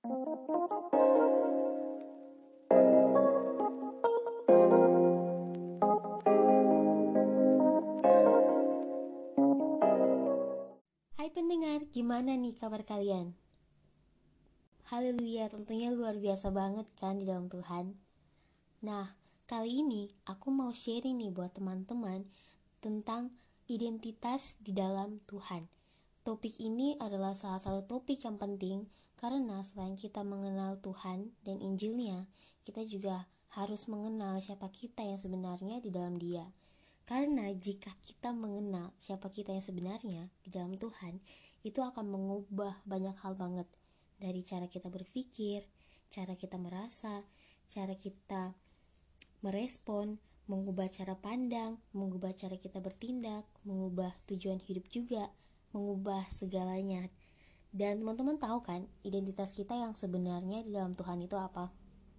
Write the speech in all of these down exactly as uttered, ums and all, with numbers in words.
Hai pendengar, gimana nih kabar kalian? Haleluya, tentunya luar biasa banget kan di dalam Tuhan. Nah, kali ini aku mau sharing nih buat teman-teman tentang identitas di dalam Tuhan. Topik ini adalah salah satu topik yang penting karena selain kita mengenal Tuhan dan Injilnya, kita juga harus mengenal siapa kita yang sebenarnya di dalam Dia. Karena jika kita mengenal siapa kita yang sebenarnya di dalam Tuhan, itu akan mengubah banyak hal banget. Dari cara kita berpikir, cara kita merasa, cara kita merespon, mengubah cara pandang, mengubah cara kita bertindak, mengubah tujuan hidup juga, mengubah segalanya. Dan teman-teman tahu kan identitas kita yang sebenarnya di dalam Tuhan itu apa?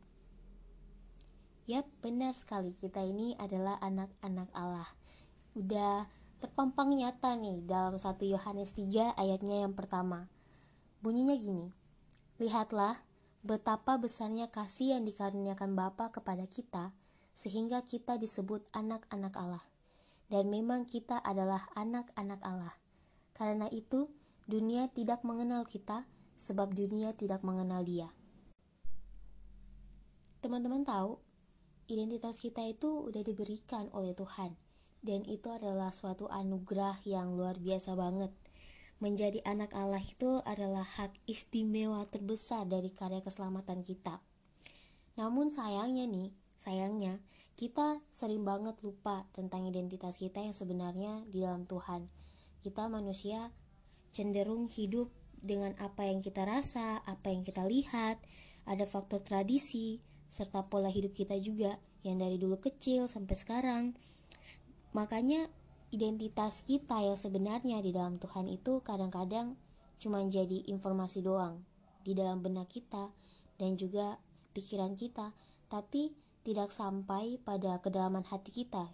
Yap, benar sekali, kita ini adalah anak-anak Allah. Udah terpampang nyata nih dalam satu Yohanes tiga ayatnya yang pertama. Bunyinya gini, lihatlah betapa besarnya kasih yang dikaruniakan Bapa kepada kita, sehingga kita disebut anak-anak Allah. Dan memang kita adalah anak-anak Allah. Karena itu, dunia tidak mengenal kita, sebab dunia tidak mengenal Dia. Teman-teman tahu, identitas kita itu udah diberikan oleh Tuhan, dan itu adalah suatu anugerah yang luar biasa banget. Menjadi anak Allah itu adalah hak istimewa terbesar dari karya keselamatan kita. Namun sayangnya nih, sayangnya kita sering banget lupa tentang identitas kita yang sebenarnya di dalam Tuhan. Kita manusia cenderung hidup dengan apa yang kita rasa, apa yang kita lihat, ada faktor tradisi, serta pola hidup kita juga yang dari dulu kecil sampai sekarang. Makanya identitas kita yang sebenarnya di dalam Tuhan itu kadang-kadang cuma jadi informasi doang di dalam benak kita dan juga pikiran kita, tapi tidak sampai pada kedalaman hati kita.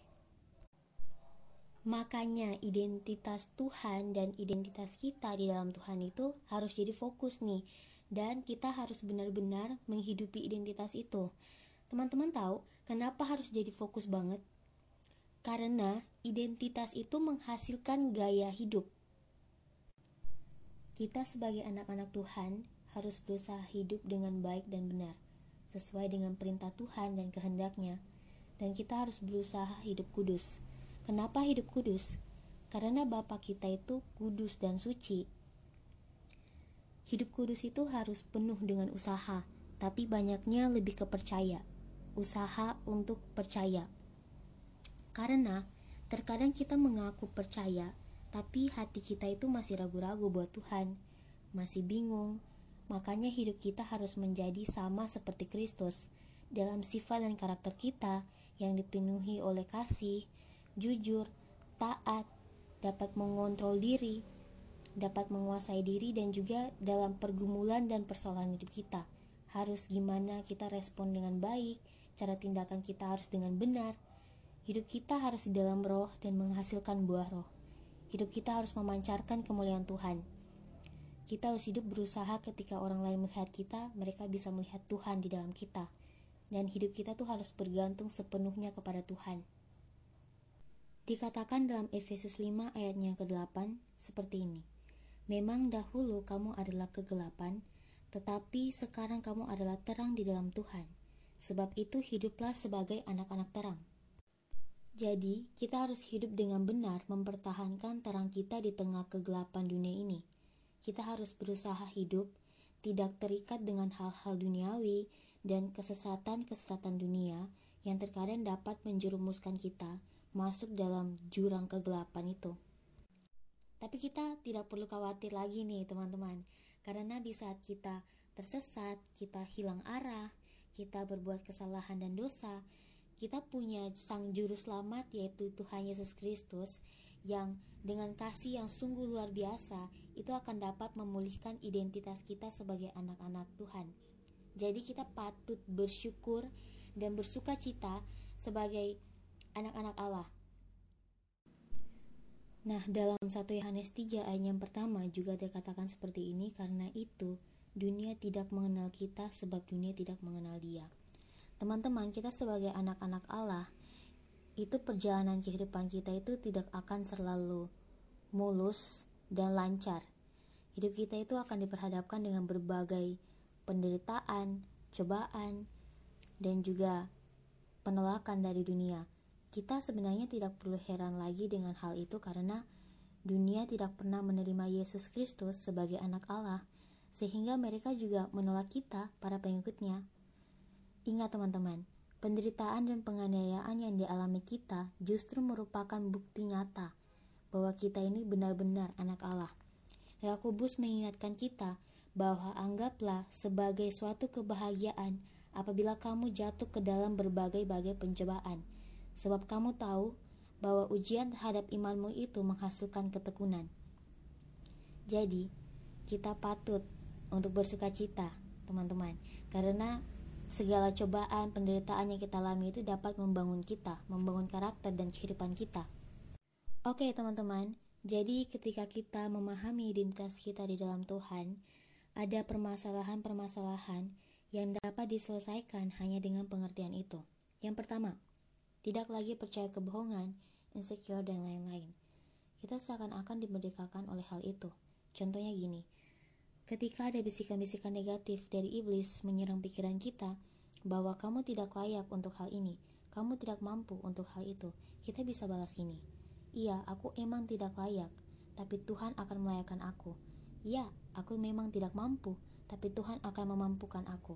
Makanya identitas Tuhan dan identitas kita di dalam Tuhan itu harus jadi fokus nih, dan kita harus benar-benar menghidupi identitas itu. Teman-teman tahu kenapa harus jadi fokus banget? Karena identitas itu menghasilkan gaya hidup. Kita sebagai anak-anak Tuhan harus berusaha hidup dengan baik dan benar, sesuai dengan perintah Tuhan dan kehendaknya. Dan kita harus berusaha hidup kudus. Kenapa hidup kudus? Karena Bapa kita itu kudus dan suci. Hidup kudus itu harus penuh dengan usaha, tapi banyaknya lebih ke percaya. Usaha untuk percaya. Karena terkadang kita mengaku percaya, tapi hati kita itu masih ragu-ragu buat Tuhan, masih bingung. Makanya hidup kita harus menjadi sama seperti Kristus dalam sifat dan karakter kita yang dipenuhi oleh kasih, jujur, taat, dapat mengontrol diri, dapat menguasai diri, dan juga dalam pergumulan dan persoalan hidup kita. Harus gimana kita respon dengan baik, cara tindakan kita harus dengan benar. Hidup kita harus di dalam roh dan menghasilkan buah roh. Hidup kita harus memancarkan kemuliaan Tuhan. Kita harus hidup berusaha ketika orang lain melihat kita, mereka bisa melihat Tuhan di dalam kita. Dan hidup kita tuh harus bergantung sepenuhnya kepada Tuhan. Dikatakan dalam Efesus lima ayatnya kedelapan seperti ini. Memang dahulu kamu adalah kegelapan, tetapi sekarang kamu adalah terang di dalam Tuhan. Sebab itu hiduplah sebagai anak-anak terang. Jadi, kita harus hidup dengan benar mempertahankan terang kita di tengah kegelapan dunia ini. Kita harus berusaha hidup, tidak terikat dengan hal-hal duniawi dan kesesatan-kesesatan dunia yang terkadang dapat menjerumuskan kita masuk dalam jurang kegelapan itu. Tapi kita tidak perlu khawatir lagi nih teman-teman, karena di saat kita tersesat, kita hilang arah, kita berbuat kesalahan dan dosa, kita punya sang juru selamat yaitu Tuhan Yesus Kristus yang dengan kasih yang sungguh luar biasa itu akan dapat memulihkan identitas kita sebagai anak-anak Tuhan. Jadi kita patut bersyukur dan bersuka cita sebagai anak-anak Allah. Nah, dalam satu Yohanes tiga ayat yang pertama juga dikatakan seperti ini, karena itu dunia tidak mengenal kita sebab dunia tidak mengenal Dia. Teman-teman, kita sebagai anak-anak Allah, itu perjalanan kehidupan kita itu tidak akan selalu mulus dan lancar. Hidup kita itu akan diperhadapkan dengan berbagai penderitaan, cobaan, dan juga penolakan dari dunia. Kita sebenarnya tidak perlu heran lagi dengan hal itu karena dunia tidak pernah menerima Yesus Kristus sebagai anak Allah, sehingga mereka juga menolak kita, para pengikutnya. Ingat teman-teman, penderitaan dan penganiayaan yang dialami kita justru merupakan bukti nyata bahwa kita ini benar-benar anak Allah. Yakobus mengingatkan kita bahwa anggaplah sebagai suatu kebahagiaan apabila kamu jatuh ke dalam berbagai-bagai pencobaan, sebab kamu tahu bahwa ujian terhadap imanmu itu menghasilkan ketekunan. Jadi, kita patut untuk bersuka cita, teman-teman, karena segala cobaan, penderitaan yang kita alami itu dapat membangun kita, membangun karakter dan kehidupan kita. Oke, teman-teman, jadi ketika kita memahami identitas kita di dalam Tuhan, ada permasalahan-permasalahan yang dapat diselesaikan hanya dengan pengertian itu. Yang pertama, tidak lagi percaya kebohongan, insecure, dan lain-lain. Kita seakan-akan dimerdekakan oleh hal itu. Contohnya gini, ketika ada bisikan-bisikan negatif dari iblis menyerang pikiran kita bahwa kamu tidak layak untuk hal ini, kamu tidak mampu untuk hal itu, kita bisa balas gini, iya, aku emang tidak layak, tapi Tuhan akan melayakkan aku. Ya, aku memang tidak mampu, tapi Tuhan akan memampukan aku.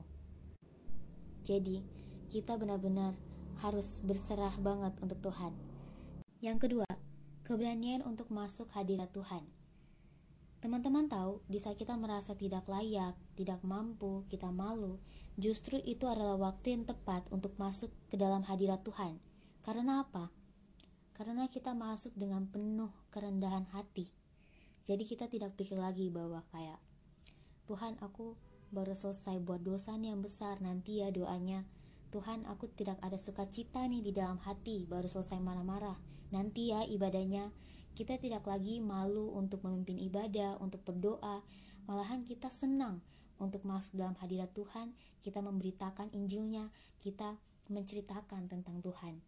Jadi, kita benar-benar harus berserah banget untuk Tuhan. Yang kedua, keberanian untuk masuk hadirat Tuhan. Teman-teman tahu, di saat kita merasa tidak layak, tidak mampu, kita malu, justru itu adalah waktu yang tepat untuk masuk ke dalam hadirat Tuhan. Karena apa? Karena kita masuk dengan penuh kerendahan hati. Jadi kita tidak pikir lagi bahwa kayak, Tuhan, aku baru selesai buat dosa yang besar, nanti ya doanya. Tuhan, aku tidak ada sukacita nih di dalam hati, baru selesai marah-marah, nanti ya ibadahnya. Kita tidak lagi malu untuk memimpin ibadah, untuk berdoa. Malahan kita senang untuk masuk dalam hadirat Tuhan. Kita memberitakan Injilnya, kita menceritakan tentang Tuhan.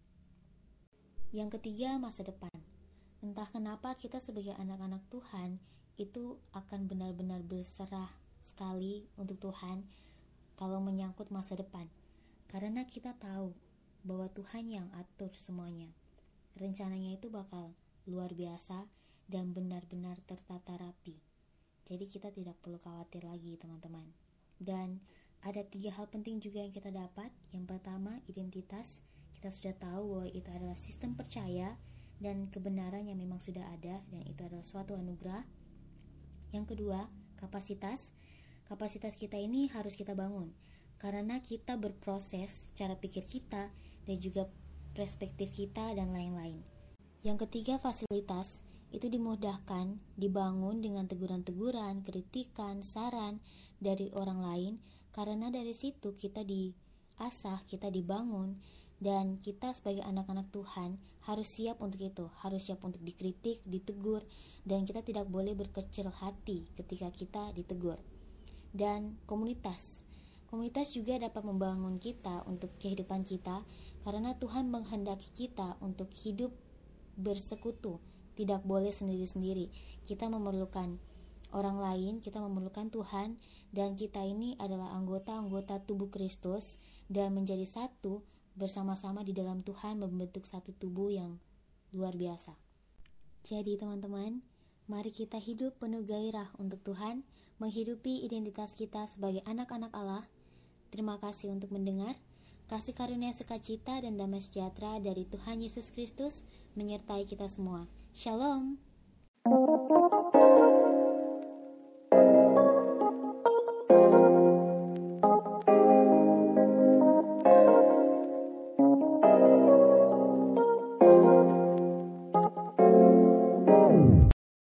Yang ketiga, masa depan. Entah kenapa kita sebagai anak-anak Tuhan itu akan benar-benar berserah sekali untuk Tuhan kalau menyangkut masa depan. Karena kita tahu bahwa Tuhan yang atur semuanya. Rencananya itu bakal luar biasa dan benar-benar tertata rapi. Jadi kita tidak perlu khawatir lagi, teman-teman. Dan ada tiga hal penting juga yang kita dapat. Yang pertama, identitas. Kita sudah tahu bahwa itu adalah sistem percaya dan kebenaran yang memang sudah ada, dan itu adalah suatu anugerah. Yang kedua, kapasitas. Kapasitas kita ini harus kita bangun, karena kita berproses cara pikir kita dan juga perspektif kita dan lain-lain. Yang ketiga, fasilitas. Itu dimudahkan, dibangun dengan teguran-teguran, kritikan, saran dari orang lain, karena dari situ kita diasah, kita dibangun. Dan kita sebagai anak-anak Tuhan harus siap untuk itu, harus siap untuk dikritik, ditegur, dan kita tidak boleh berkecil hati ketika kita ditegur. Dan komunitas Komunitas juga dapat membangun kita untuk kehidupan kita, karena Tuhan menghendaki kita untuk hidup bersekutu, tidak boleh sendiri-sendiri. Kita memerlukan orang lain, kita memerlukan Tuhan, dan kita ini adalah anggota-anggota tubuh Kristus dan menjadi satu bersama-sama di dalam Tuhan, membentuk satu tubuh yang luar biasa. Jadi teman-teman, mari kita hidup penuh gairah untuk Tuhan, menghidupi identitas kita sebagai anak-anak Allah. Terima kasih untuk mendengar. Kasih karunia sukacita dan damai sejahtera dari Tuhan Yesus Kristus menyertai kita semua. Shalom.